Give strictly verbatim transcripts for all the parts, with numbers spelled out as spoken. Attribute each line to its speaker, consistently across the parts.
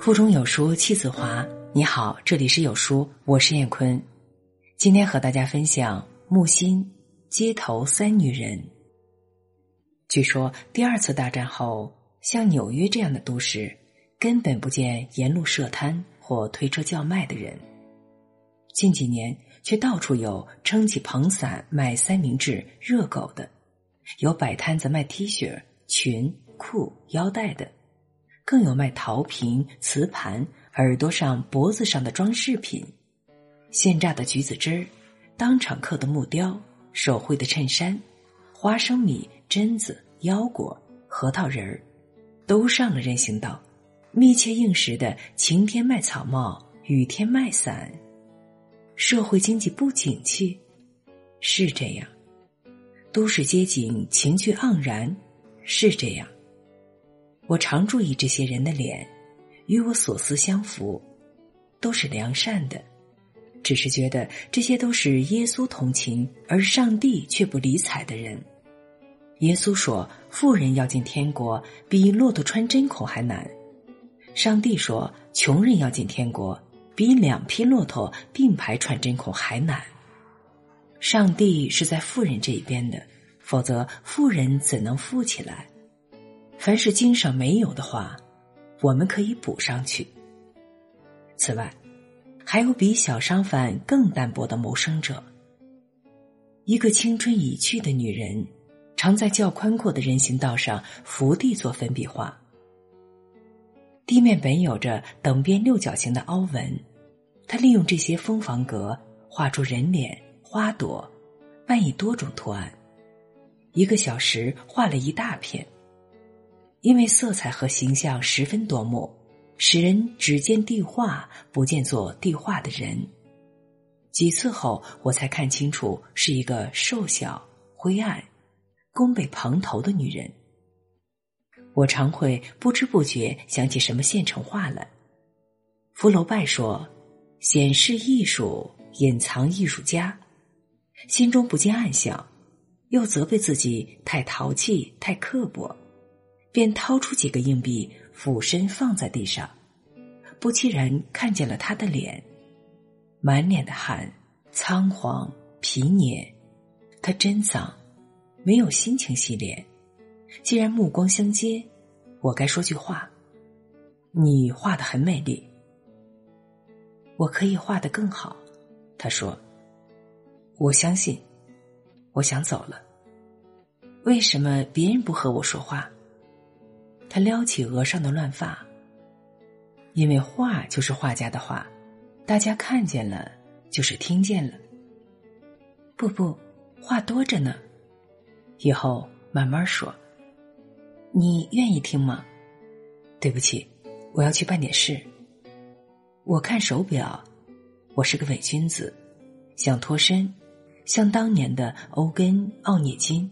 Speaker 1: 腹中有书气自华。你好，这里是有书，我是燕坤。今天和大家分享木心街头三女人。据说第二次大战后，像纽约这样的都市根本不见沿路设摊或推车叫卖的人，近几年却到处有撑起棚伞卖三明治热狗的，有摆摊子卖 T 恤裙裤腰带的，更有卖陶瓶瓷盘耳朵上脖子上的装饰品，现榨的橘子汁儿，当场刻的木雕，手绘的衬衫，花生米榛子腰果核桃仁儿，都上了人行道，密切应时的晴天卖草帽雨天卖伞。社会经济不景气，是这样；都市街景情趣盎然，是这样。我常注意这些人的脸，与我所思相符，都是良善的，只是觉得这些都是耶稣同情而上帝却不理睬的人。耶稣说富人要进天国比骆驼穿针孔还难，上帝说穷人要进天国比两匹骆驼并排穿针孔还难。上帝是在富人这一边的，否则富人怎能富起来？凡是经上没有的话，我们可以补上去。此外，还有比小商贩更淡薄的谋生者。一个青春已去的女人，常在较宽阔的人行道上伏地做粉笔画。地面本有着等边六角形的凹纹，她利用这些风房格画出人脸花朵，扮以多种图案。一个小时画了一大片，因为色彩和形象十分夺目，使人只见地画不见做地画的人。几次后我才看清楚是一个瘦小灰暗弓背蓬头的女人。我常会不知不觉想起什么现成画来。福楼拜说显示艺术隐藏艺术家，心中不禁暗想，又责备自己太淘气太刻薄，便掏出几个硬币俯身放在地上，不期然看见了他的脸，满脸的汗，仓皇疲蔫。他真脏，没有心情洗脸。既然目光相接，我该说句话：你画得很美丽。我可以画得更好，他说。我相信。我想走了。为什么别人不和我说话？他撩起额上的乱发。因为画就是画家的话，大家看见了就是听见了。不不，话多着呢，以后慢慢说。你愿意听吗？对不起，我要去办点事。我看手表，我是个伪君子，想脱身，像当年的欧根奥涅金。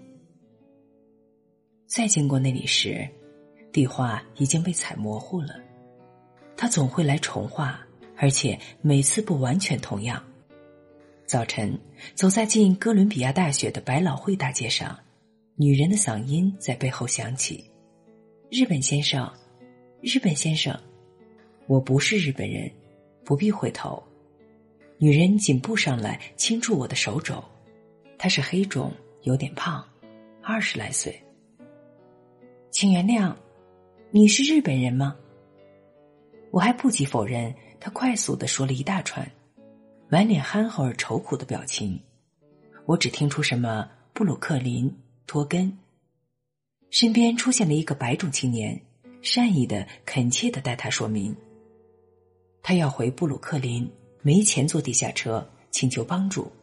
Speaker 1: 再经过那里时，地画已经被踩模糊了。他总会来重画，而且每次不完全同样。早晨走在进哥伦比亚大学的百老汇大街上，女人的嗓音在背后响起：日本先生，日本先生。我不是日本人，不必回头。女人紧步上来轻触我的手肘，她是黑种，有点胖，二十来岁。请原谅，你是日本人吗？我还不及否认，她快速地说了一大串，满脸憨厚而愁苦的表情。我只听出什么布鲁克林、托根。身边出现了一个白种青年，善意的恳切地带他说明，他要回布鲁克林，没钱坐地下车，请求帮助。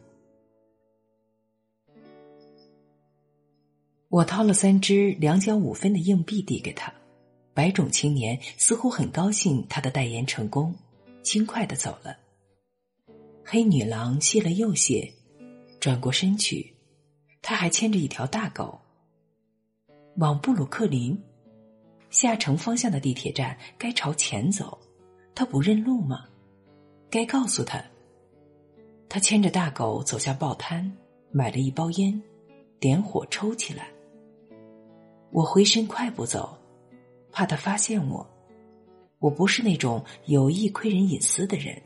Speaker 1: 我掏了三只两角五分的硬币递给他，白种青年似乎很高兴他的代言成功，轻快地走了。黑女郎谢了又谢，转过身去，她还牵着一条大狗。往布鲁克林下城方向的地铁站该朝前走，他不认路吗？该告诉他。他牵着大狗走向报摊，买了一包烟，点火抽起来。我回身快步走，怕他发现我。 我不是那种有意窥人隐私的人。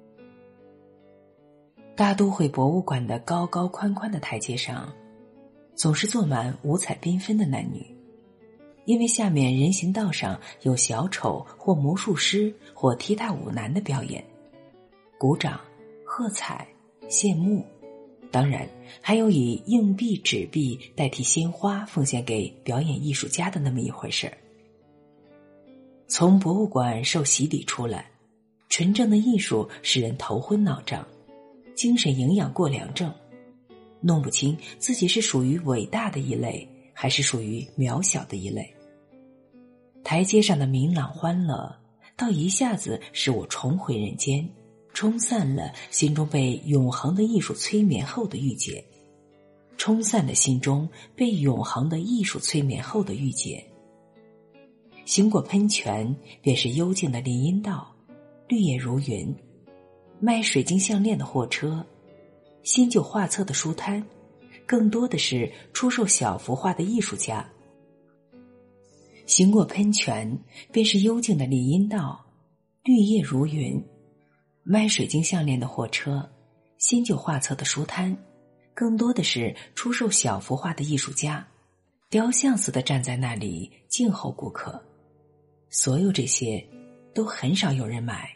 Speaker 1: 大都会博物馆的高高宽宽的台阶上，总是坐满五彩缤纷的男女，因为下面人行道上有小丑或魔术师或踢踏舞男的表演，鼓掌、喝彩、羡慕，当然还有以硬币、纸币代替鲜花奉献给表演艺术家的那么一回事儿。从博物馆受洗礼出来，纯正的艺术使人头昏脑胀，精神营养过量症，弄不清自己是属于伟大的一类，还是属于渺小的一类。台阶上的明朗欢乐，倒一下子使我重回人间，冲散了心中被永恒的艺术催眠后的郁结，冲散了心中被永恒的艺术催眠后的郁结。行过喷泉，便是幽静的林荫道，绿叶如云，卖水晶项链的货车，新旧画册的书摊，更多的是出售小幅画的艺术家。行过喷泉，便是幽静的林荫道，绿叶如云，卖水晶项链的货车，新旧画册的书摊，更多的是出售小幅画的艺术家，雕像似的站在那里静候顾客。所有这些都很少有人买。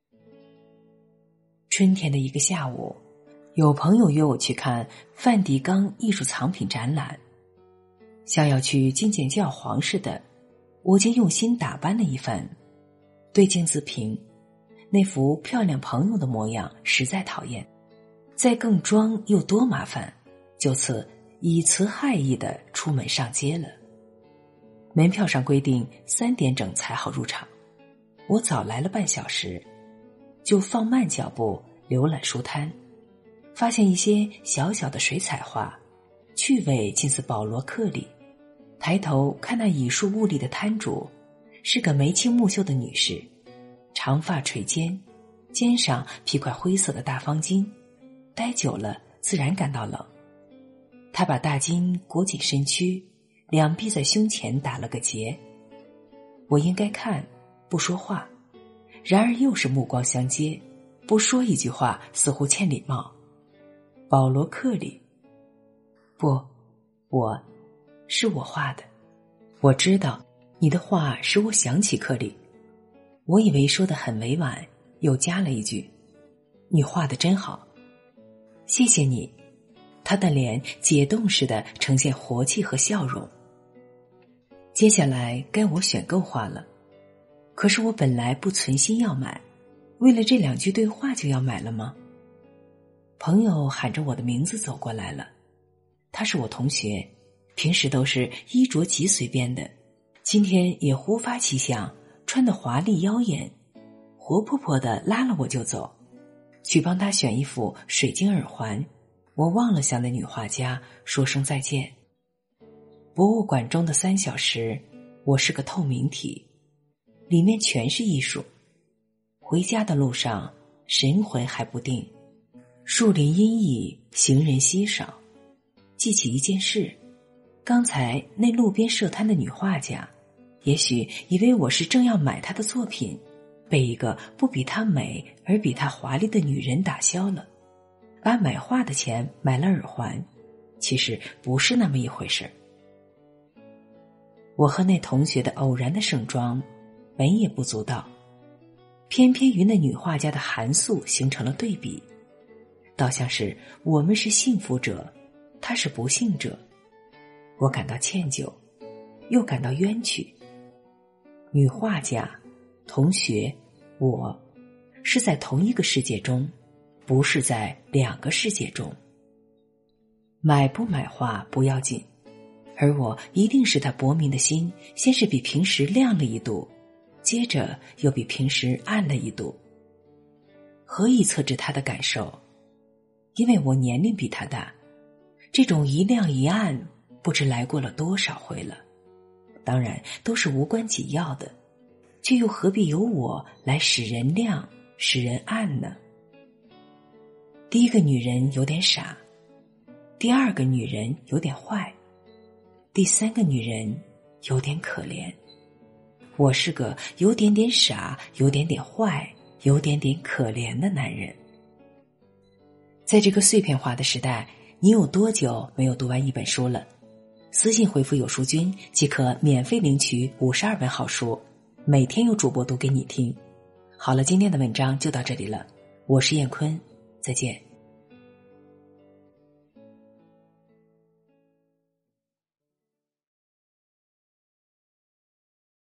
Speaker 1: 春天的一个下午，有朋友约我去看梵蒂冈艺术藏品展览，像要去觐见教皇似的，我竟用心打扮了一番。对镜自评，那副漂亮朋友的模样实在讨厌，再更装又多麻烦，就此以词害意地出门上街了。门票上规定三点整才好入场，我早来了半小时，就放慢脚步浏览书摊，发现一些小小的水彩画，趣味近似保罗克里。抬头看那以树物力的摊主，是个眉清目秀的女士，长发垂肩，肩上披块灰色的大方巾，待久了自然感到冷。她把大巾裹紧身躯，两臂在胸前打了个结。我应该看，不说话，然而又是目光相接，不说一句话似乎欠礼貌。保罗克里？不，我是我画的。我知道你的话使我想起克里。我以为说得很委婉，又加了一句，你画得真好。谢谢你。他的脸解冻似的呈现活气和笑容。接下来该我选购画了，可是我本来不存心要买，为了这两句对话就要买了吗？朋友喊着我的名字走过来了，他是我同学，平时都是衣着极随便的，今天也忽发奇想，穿得华丽妖艳，活泼泼的拉了我就走，去帮他选一副水晶耳环。我忘了向那女画家说声再见。博物馆中的三小时，我是个透明体，里面全是艺术。回家的路上，神魂还不定，树林阴翳，行人稀少。记起一件事，刚才那路边设摊的女画家，也许以为我是正要买她的作品，被一个不比她美而比她华丽的女人打消了，把买画的钱买了耳环，其实不是那么一回事。我和那同学的偶然的盛装本也不足道，偏偏与那女画家的寒素形成了对比，倒像是我们是幸福者，她是不幸者。我感到歉疚，又感到冤屈。女画家、同学、我是在同一个世界中，不是在两个世界中。买不买画不要紧，而我一定使他薄明的心先是比平时亮了一度，接着又比平时暗了一度。何以测知他的感受？因为我年龄比他大，这种一亮一暗不知来过了多少回了，当然都是无关紧要的，却又何必由我来使人亮使人暗呢？第一个女人有点傻，第二个女人有点坏，第三个女人有点可怜。 我是个有点点傻，有点点坏，有点点可怜的男人。在这个碎片化的时代，你有多久没有读完一本书了？私信回复有书君即可免费领取五十二本好书，每天有主播读给你听。好了，今天的文章就到这里了，我是燕坤，再见。